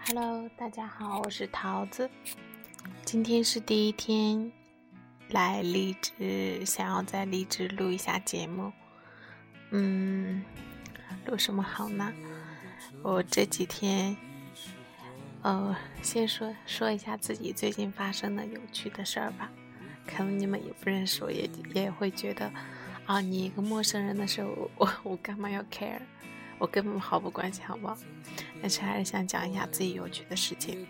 Hello， 大家好，我是桃子。今天是第一天来荔枝，想要在荔枝录一下节目。录什么好呢？我这几天，先说一下自己最近发生的有趣的事儿吧。可能你们也不认识我，也会觉得，你一个陌生人的时候，我干嘛要 care？我根本毫不关心，好不好？但是还是想讲一下自己有趣的事情。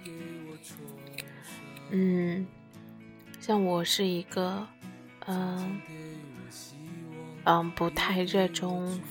像我是一个不太热衷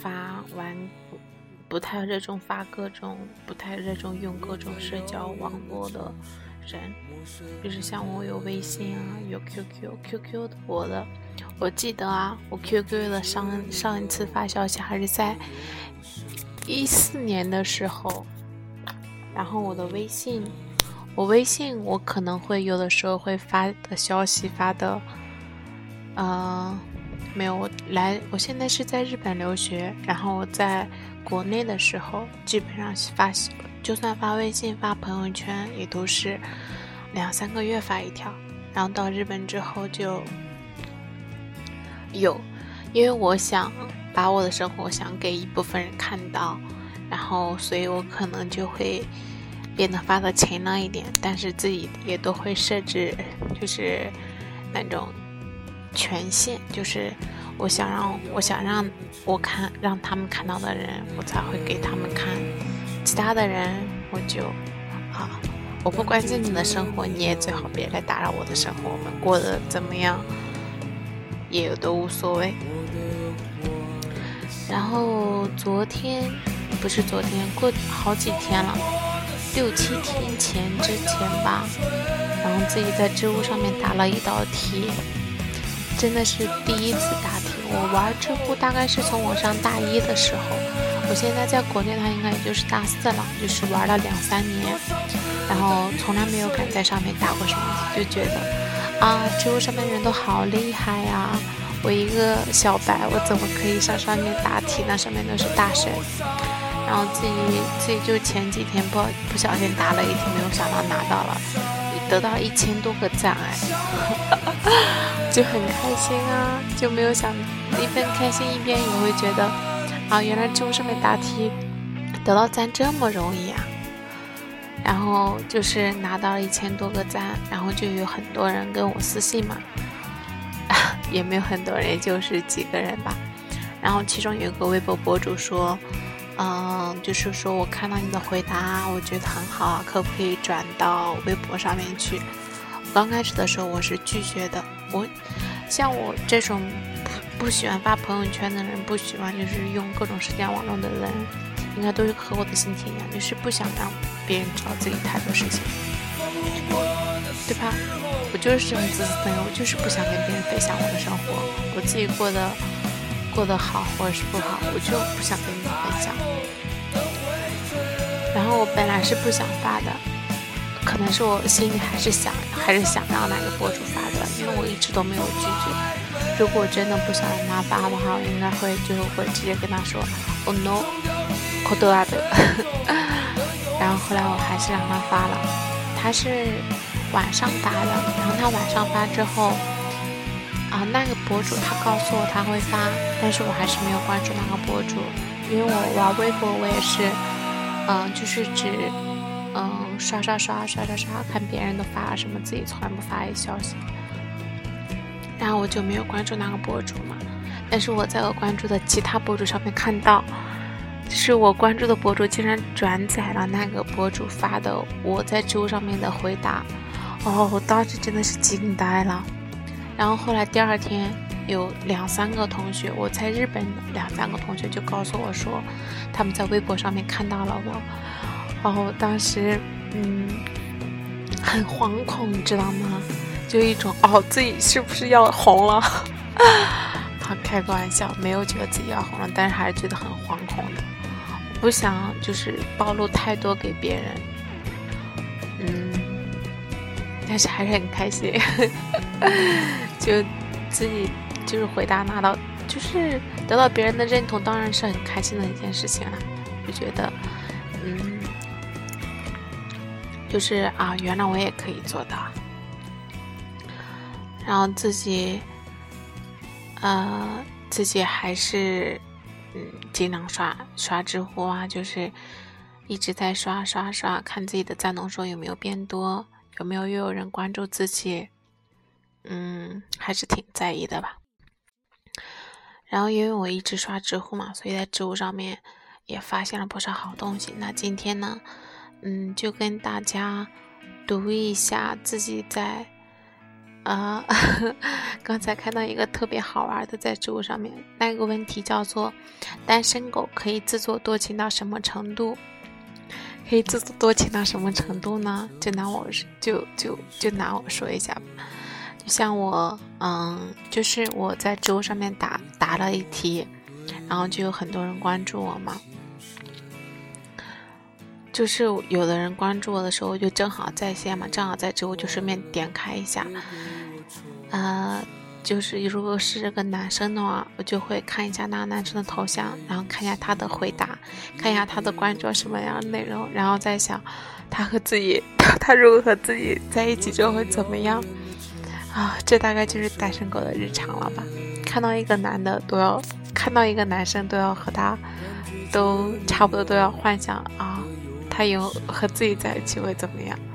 各种，不太热衷用各种社交网络的人。就是像我有微信啊，有 QQ 的我记得我 QQ 的上一次发消息还是在2014年的时候。然后我微信我可能会有的时候会发的消息发的没有我现在是在日本留学，然后我在国内的时候基本上就算发微信发朋友圈也都是2-3个月发一条，然后到日本之后就有，因为我想把我的生活想给一部分人看到，然后所以我可能就会变得发的勤了一点，但是自己也都会设置就是那种权限，就是我想让他们看到的人我才会给他们看，其他的人我不关心你的生活，你也最好别来打扰我的生活，我们过得怎么样也都无所谓。然后过好几天了，6-7天之前吧，然后自己在知乎上面答了一道题，真的是第一次答题。我玩知乎大概是从我上大一的时候，我现在在国内它应该也就是大4了，就是玩了2-3年，然后从来没有敢在上面答过什么题，就觉得知乎上面人都好厉害呀，我一个小白，我怎么可以上面答题呢？上面都是大神。然后自己就前几天不小心答了一题，没有想到拿到了，得到1000多个赞就很开心就没有想一边开心一边也会觉得原来知乎上面答题得到赞这么容易然后就是拿到了1000多个赞，然后就有很多人跟我私信嘛，也没有很多人，也就是几个人吧。然后其中有一个微博博主说就是说我看到你的回答我觉得很好可不可以转到微博上面去。刚开始的时候我是拒绝的，像我这种不喜欢发朋友圈的人，不喜欢就是用各种社交网络的人，应该都是和我的心情一样，就是不想让别人知道自己太多事情，对吧？我就是这种自私的人，我就是不想跟别人分享我的生活，我自己过得好或者是不好，我就不想跟你们分享。然后我本来是不想发的，可能是我心里还是想让哪个博主发的，因为我一直都没有拒绝。如果我真的不想让他发的话，我应该会直接跟他说no 然后后来我还是让他发了，他是晚上发的，然后他晚上发之后那个博主他告诉我他会发，但是我还是没有关注那个博主，因为我玩微博我也是就是只刷看别人都发了什么，自己从来不发一消息，然后我就没有关注那个博主嘛。但是我在我关注的其他博主上面看到，就是我关注的博主竟然转载了那个博主发的我在知乎上面的回答，我当时真的是惊呆了。然后后来第二天有2-3个同学，我在日本的2-3个同学就告诉我说他们在微博上面看到了我，然后当时很惶恐，你知道吗？就一种自己是不是要红了开个玩笑，没有觉得自己要红了，但是还是觉得很惶恐的，我不想就是暴露太多给别人，但是还是很开心就自己就是回答拿到，就是得到别人的认同，当然是很开心的一件事情啦。就觉得就是原来我也可以做到。然后自己还是经常刷知乎啊，就是一直在刷，看自己的赞同数有没有变多，有没有又有人关注自己，还是挺在意的吧。然后因为我一直刷知乎嘛，所以在知乎上面也发现了不少好东西。那今天呢，就跟大家读一下自己在刚才看到一个特别好玩的，在知乎上面，那个问题叫做单身狗可以自作多情到什么程度？可以自作多情到什么程度呢？就拿我说一下吧。就像我就是我在知乎上面答了一题，然后就有很多人关注我嘛。就是有的人关注我的时候，我就正好在线嘛，正好在知乎，就顺便点开一下。就是如果是这个男生的话，我就会看一下那个男生的头像，然后看一下他的回答，看一下他的关注什么样的内容，然后再想他如果和自己在一起就会怎么样这大概就是单身狗的日常了吧。看到一个男生都要和他都差不多都要幻想他有和自己在一起会怎么样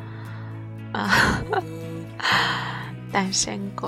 单身狗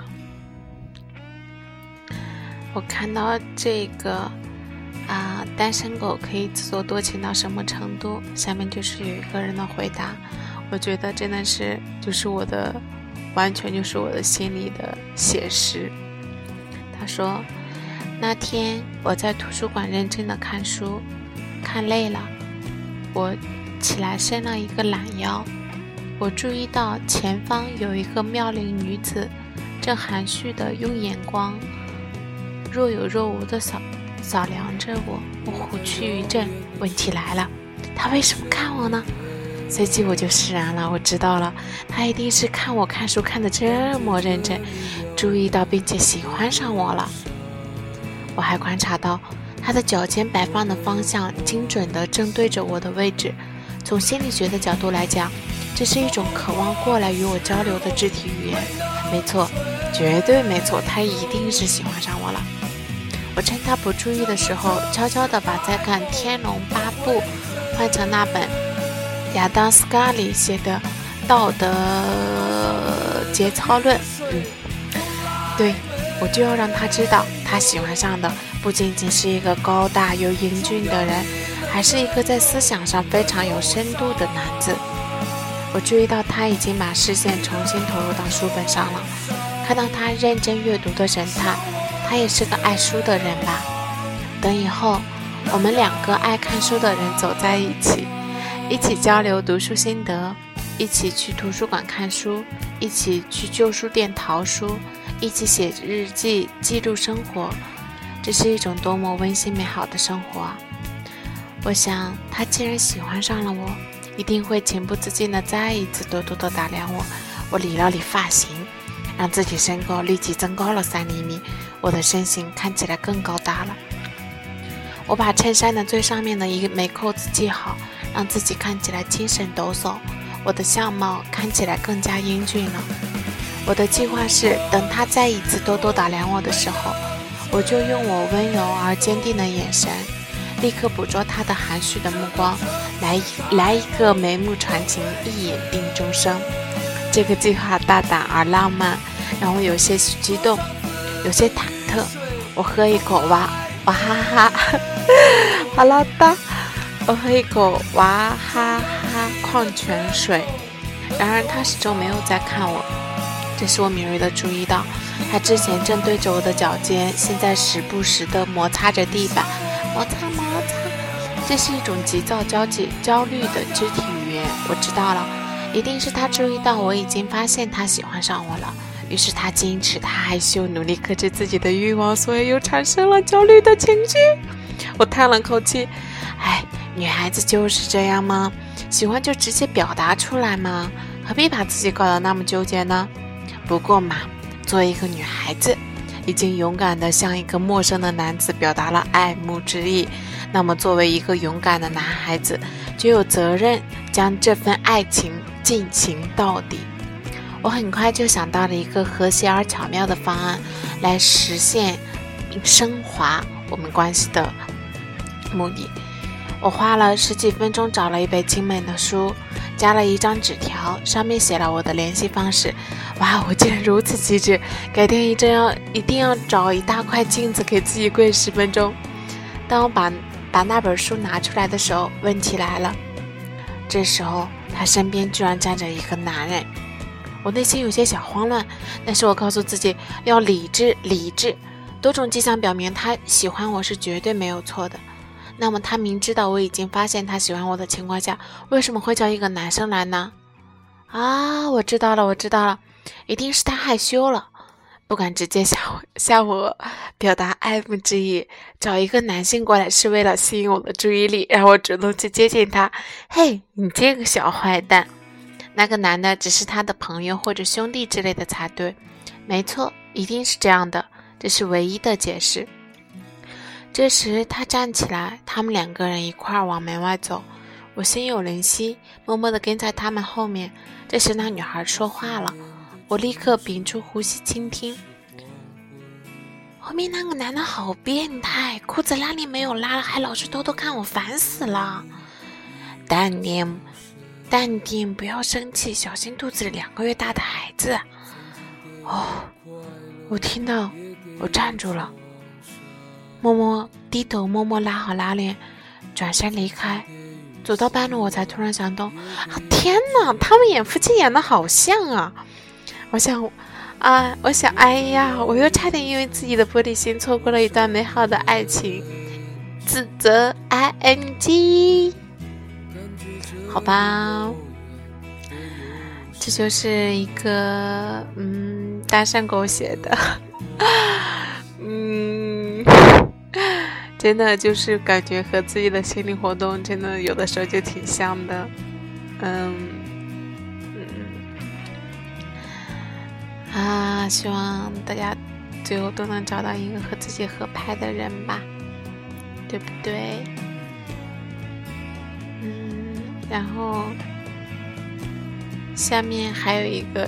我看到这个单身狗可以自作多情到什么程度，下面就是有一个人的回答，我觉得真的是完全就是我的心里的写实。他说，那天我在图书馆认真的看书，看累了，我起来伸了一个懒腰，我注意到前方有一个妙龄女子正含蓄地用眼光若有若无地扫量着我。我虎躯一震，问题来了，她为什么看我呢？随即我就释然了，我知道了，她一定是看我看书看得这么认真，注意到并且喜欢上我了。我还观察到她的脚尖摆放的方向精准地正对着我的位置，从心理学的角度来讲，这是一种渴望过来与我交流的肢体语言。没错，绝对没错，她一定是喜欢上我了。我趁她不注意的时候，悄悄地把在看《天龙八部》换成那本亚当·斯卡利写的《道德节操论》。对，我就要让她知道，她喜欢上的不仅仅是一个高大又英俊的人，还是一个在思想上非常有深度的男子。我注意到他已经把视线重新投入到书本上了，看到他认真阅读的神态，他也是个爱书的人吧。等以后我们两个爱看书的人走在一起，一起交流读书心得，一起去图书馆看书，一起去旧书店淘书，一起写日记记录生活，这是一种多么温馨美好的生活啊！我想他既然喜欢上了我，一定会情不自禁地再一次多多地打量我。我理了理发型，让自己身高立即增高了3厘米，我的身形看起来更高大了。我把衬衫的最上面的一枚扣子系好，让自己看起来精神抖擞，我的相貌看起来更加英俊了。我的计划是，等他再一次多多打量我的时候，我就用我温柔而坚定的眼神立刻捕捉他的含蓄的目光，来一个眉目传情，一眼定终生。这个计划大胆而浪漫，让我有些激动，有些忐忑。我喝一口哇哈哈，好了的，我喝一口哇哈哈矿泉水。然而他始终没有在看我，这时我敏锐地注意到，他之前正对着我的脚尖，现在时不时地摩擦着地板，摩擦，这是一种急躁焦虑的肢体语言。我知道了，一定是他注意到我已经发现他喜欢上我了，于是他矜持，他害羞，努力克制自己的欲望，所以又产生了焦虑的情绪。我叹了口气，女孩子就是这样吗？喜欢就直接表达出来吗？何必把自己搞得那么纠结呢？不过嘛，作为一个女孩子，已经勇敢地向一个陌生的男子表达了爱慕之意，那么作为一个勇敢的男孩子， 就有责任将这份爱情进行到底。我很快就想到了一个和谐而巧妙的方案，来实现并升华我们关系的目的。我花了10几分钟找了一本精美的书，加了一张纸条，上面写了我的联系方式。哇，我竟然如此机智，改天一定要找一大块镜子给自己跪10分钟。当我把那本书拿出来的时候，问题来了。这时候他身边居然站着一个男人，我内心有些小慌乱，但是我告诉自己要理智，多种迹象表明他喜欢我是绝对没有错的。那么他明知道我已经发现他喜欢我的情况下，为什么会叫一个男生来呢？我知道了，一定是他害羞了，不敢直接向我表达爱慕之意，找一个男性过来是为了吸引我的注意力，让我主动去接近他。嘿，你这个小坏蛋！那个男的只是他的朋友或者兄弟之类的才对。没错，一定是这样的，这是唯一的解释。这时他站起来，他们2个人一块往门外走。我心有灵犀，默默地跟在他们后面。这时那女孩说话了，我立刻屏住呼吸倾听。后面那个男的好变态，裤子拉链没有拉，还老是偷偷看我，烦死了。淡定，不要生气，小心肚子里2个月大的孩子。我听到，我站住了，低头默默拉好拉链，转身离开。走到半路，我才突然想到，天哪，他们演夫妻演得好像啊！我想，哎呀，我又差点因为自己的玻璃心错过了一段美好的爱情，自责 ing。好吧，这就是一个单身狗写的，真的就是感觉和自己的心理活动真的有的时候就挺像的。希望大家最后都能找到一个和自己合拍的人吧，对不对？然后下面还有一个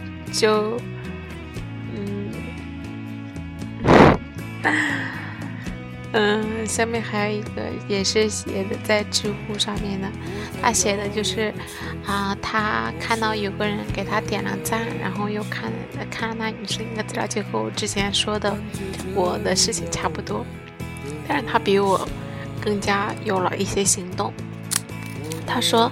下面还有一个也是写的在知乎上面的，他写的就是他看到有个人给他点了赞，然后又看了那女生一个资料，就和我之前说的我的事情差不多，但是他比我更加有了一些行动。他说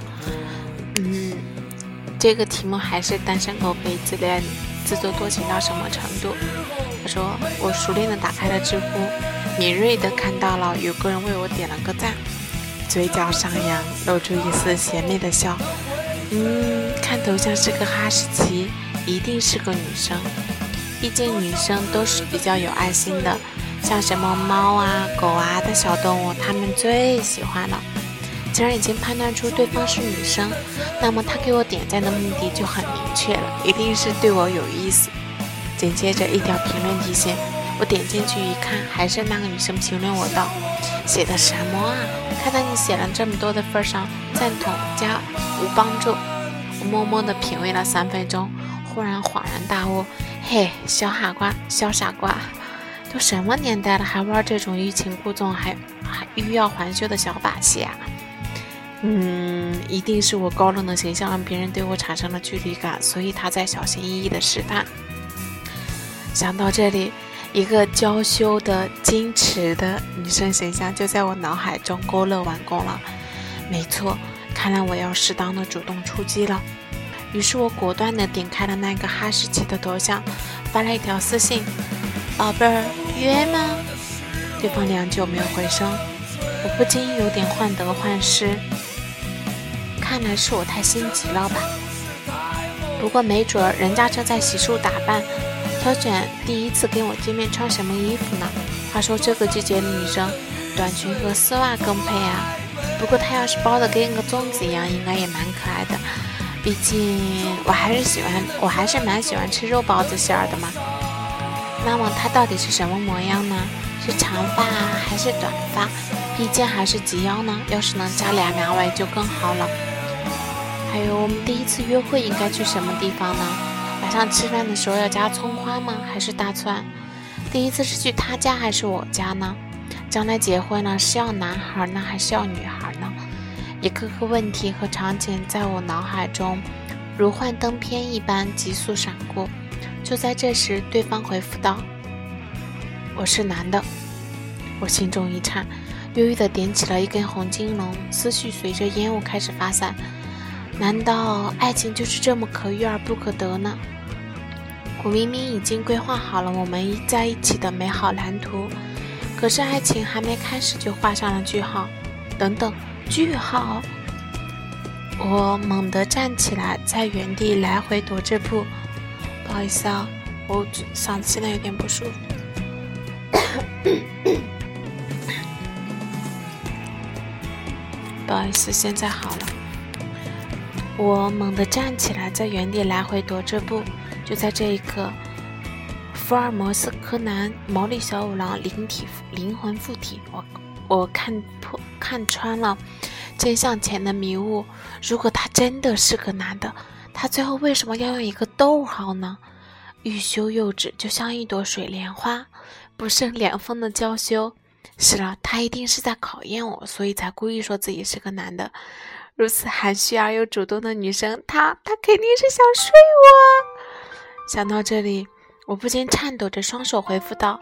这个题目还是单身狗可以自作多情到什么程度。他说我熟练地打开了知乎，敏锐地看到了有个人为我点了个赞，嘴角上扬，露出一丝邪魅的笑。看头像是个哈士奇，一定是个女生，毕竟女生都是比较有爱心的，像什么猫啊狗啊的小动物她们最喜欢了。既然已经判断出对方是女生，那么他给我点赞的目的就很明确了，一定是对我有意思。紧接着一条评论体现，我点进去一看，还是那个女生评论我道：写的什么啊？看到你写了这么多的份上，赞同加无帮助。我默默地品味了3分钟，忽然恍然大悟，嘿，小傻瓜，都什么年代了，还玩这种欲擒故纵还欲要还休的小把戏啊！一定是我高冷的形象让别人对我产生了距离感，所以他在小心翼翼的试探。想到这里，一个娇羞的矜持的女生形象就在我脑海中勾勒完工了。没错，看来我要适当的主动出击了。于是我果断的点开了那个哈士奇的头像，发了一条私信：宝贝儿，约吗？对方良久没有回声，我不禁有点患得患失，看来是我太心急了吧。不过没准人家正在洗漱打扮，挑选第一次跟我见面穿什么衣服呢？话说这个季节的女生，短裙和丝袜更配啊。不过她要是包的跟个粽子一样，应该也蛮可爱的。毕竟我还是蛮喜欢吃肉包子馅儿的嘛。那么她到底是什么模样呢？是长发还是短发？ 毕竟还是及腰呢，要是能加两位就更好了。还有我们第一次约会应该去什么地方呢？晚上吃饭的时候要加葱花吗？还是大蒜？第一次是去他家还是我家呢？将来结婚了是要男孩呢还是要女孩呢？一个个问题和场景在我脑海中如幻灯片一般急速闪过。就在这时，对方回复道：我是男的。我心中一颤，忧郁地点起了一根红金龙，思绪随着烟雾开始发散。难道爱情就是这么可遇而不可得呢？我明明已经规划好了我们在一起的美好蓝图，可是爱情还没开始就画上了句号。等等，句号！我猛地站起来，在原地来回踱着步。不好意思啊，我嗓子现在有点不舒服。不好意思，现在好了。我猛地站起来，在原地来回踱着步。就在这一刻，福尔摩斯、柯南、毛利小五郎灵魂附体，我看穿了真相前的迷雾。如果他真的是个男的，他最后为什么要用一个逗号呢？欲修又止，就像一朵水莲花，不胜凉风的娇羞。是了，他一定是在考验我，所以才故意说自己是个男的。如此含蓄而又主动的女生，她肯定是想睡我。想到这里，我不禁颤抖着双手回复道：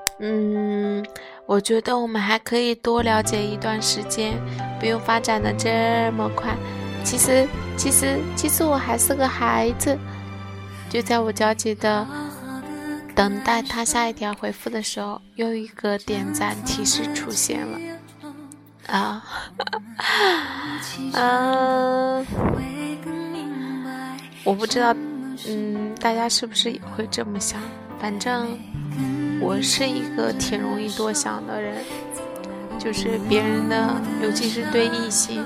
我觉得我们还可以多了解一段时间，不用发展的这么快。其实我还是个孩子。就在我焦急的等待他下一条回复的时候，又一个点赞提示出现了。我不知道大家是不是也会这么想，反正我是一个挺容易多想的人，就是别人的，尤其是对异性，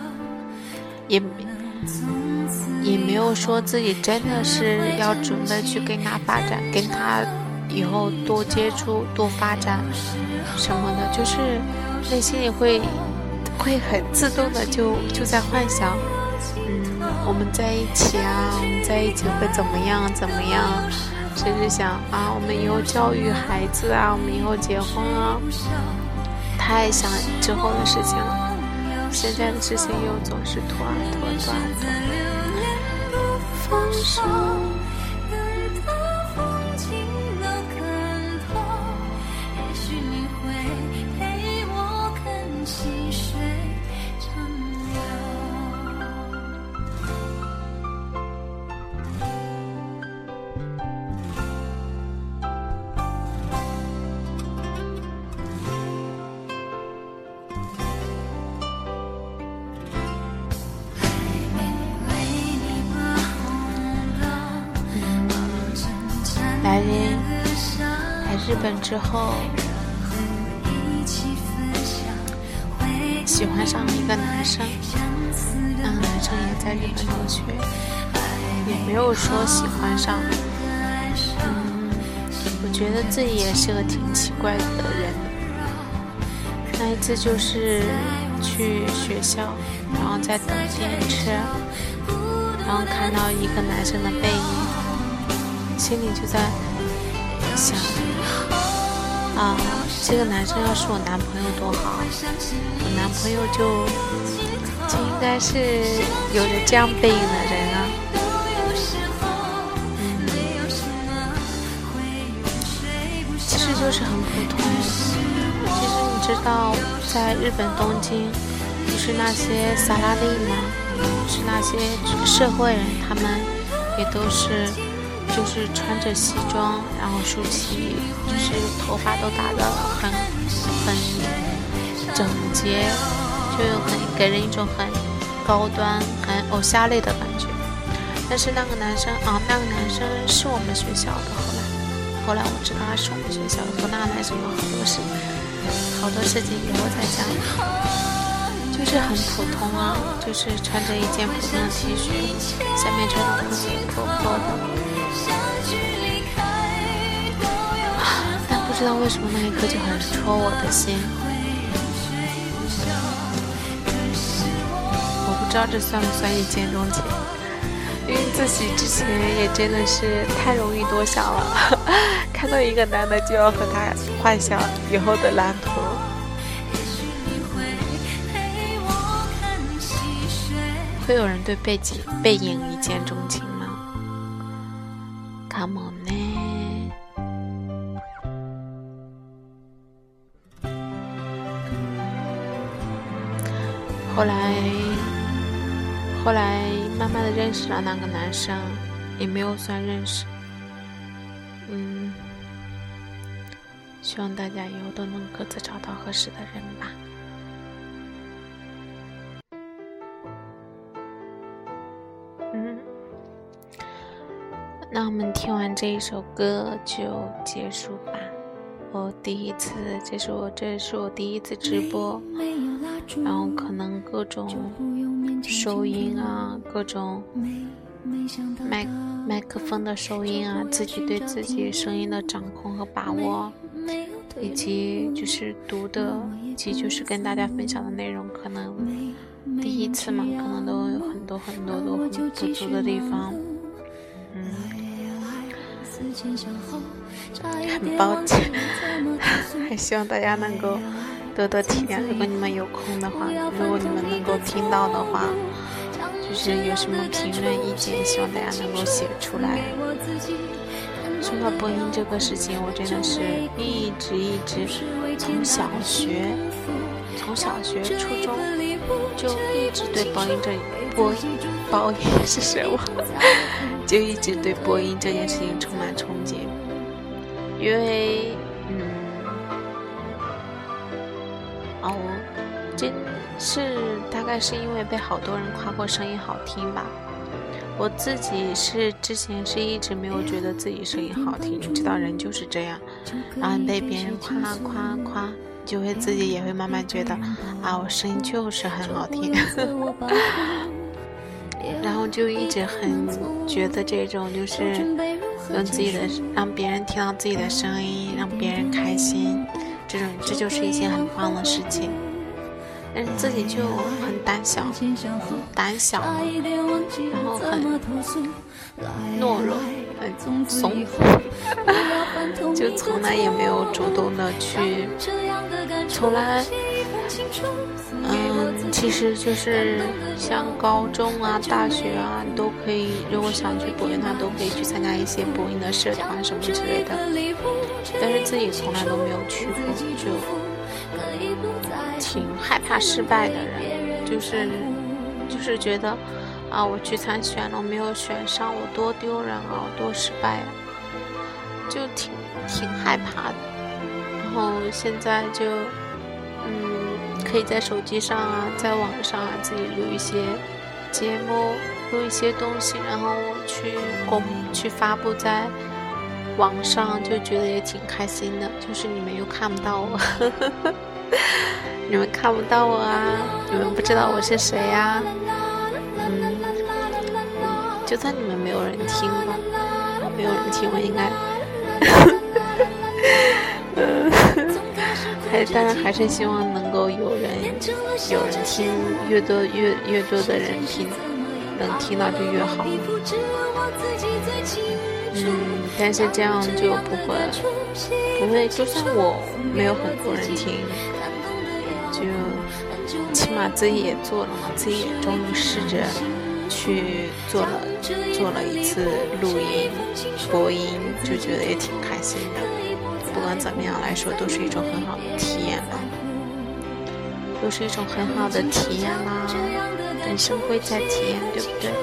也没有说自己真的是要准备去跟他发展，跟他以后多接触多发展什么的，就是内心里会很自动的就在幻想我们在一起啊，我们在一起会怎么样，甚至想我们以后教育孩子啊，我们以后结婚啊，太想之后的事情了。现在的事情又总是拖。放手，等到风景都看透，也许你会陪我看细水长来日本之后喜欢上了一个男生，那个男生也在日本留学，也没有说喜欢上我觉得自己也是个挺奇怪的人。那一次就是去学校，然后在等电车，然后看到一个男生的背影，心里就在想这个男生要是我男朋友多好，我男朋友就应该是有着这样背影的人啊。其实就是很普通。其实你知道在日本东京不是那些萨拉利吗？是那些社会人，他们也都是就是穿着西装，然后梳起，就是头发都打得很整洁，就给人一种很高端很偶像类的感觉。但是那个男生是我们学校的，后来我知道他是我们学校的，和那个男生有好多事情以后再讲。就是很普通啊，就是穿着一件普通的 T 恤，下面穿的裤子也破破的。但不知道为什么那一刻就很戳我的心。 我不知道这算不算一见钟情，因为自己之前也真的是太容易多想了，看到一个男的就要和他幻想以后的蓝图。会有人对背影一见钟情吗？ Come on 呢？后来慢慢的认识了那个男生，也没有算认识。希望大家以后都能各自找到合适的人吧。那我们听完这一首歌就结束吧。这是我第一次直播，然后可能各种收音啊，各种麦克风的收音啊，自己对自己声音的掌控和把握，以及就是读的，以及就是跟大家分享的内容，可能第一次嘛，可能都有很多都很不足的地方。很抱歉，还希望大家能够多多体谅。如果你们有空的话，如果你们能够听到的话，就是有什么评论意见，希望大家能够写出来。说到播音这个事情，我真的是一直从小学、初中就一直对播音是什么？就一直对播音这件事情充满憧憬，因为真是大概是因为被好多人夸过声音好听吧。我自己是之前是一直没有觉得自己声音好听，你知道人就是这样，然后被别人夸，就会自己也会慢慢觉得我声音就是很好听。然后就一直很觉得这种就是用自己的让别人听到自己的声音，让别人开心，这就是一件很棒的事情。但是自己就很胆小嘛，然后很懦弱，很怂，就从来也没有主动的去，从来其实就是像高中啊、大学啊，你都可以，如果想去播音，都可以去参加一些播音的社团什么之类的。但是自己从来都没有去过，就挺害怕失败的人，就是觉得我去参选了，我没有选上，我多丢人啊，我多失败啊，就挺害怕的。然后现在就可以在手机上啊，在网上自己录一些节目，录一些东西，然后去发布在网上，就觉得也挺开心的。就是你们又看不到我你们看不到我啊，你们不知道我是谁啊。就算你们没有人听吧，没有人听我应该当然还是希望能够有人听，越多的人听，能听到就越好。但是这样就不会，就算我没有很多人听，就起码自己也做了嘛，自己也终于试着去做了一次录音播音，就觉得也挺开心的。不管怎么样来说，都是一种很好的体验吧，都是一种很好的体验啦。人生贵在体验，对不对？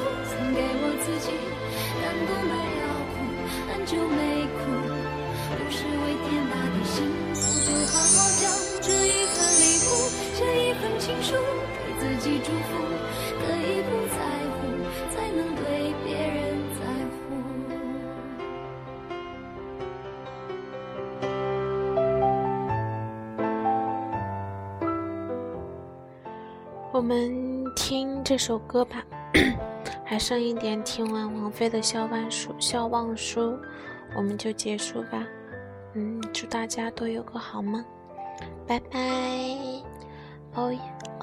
我们听这首歌吧，还剩一点，听完王菲的笑忘书我们就结束吧。祝大家都有个好梦，拜拜。 哦耶。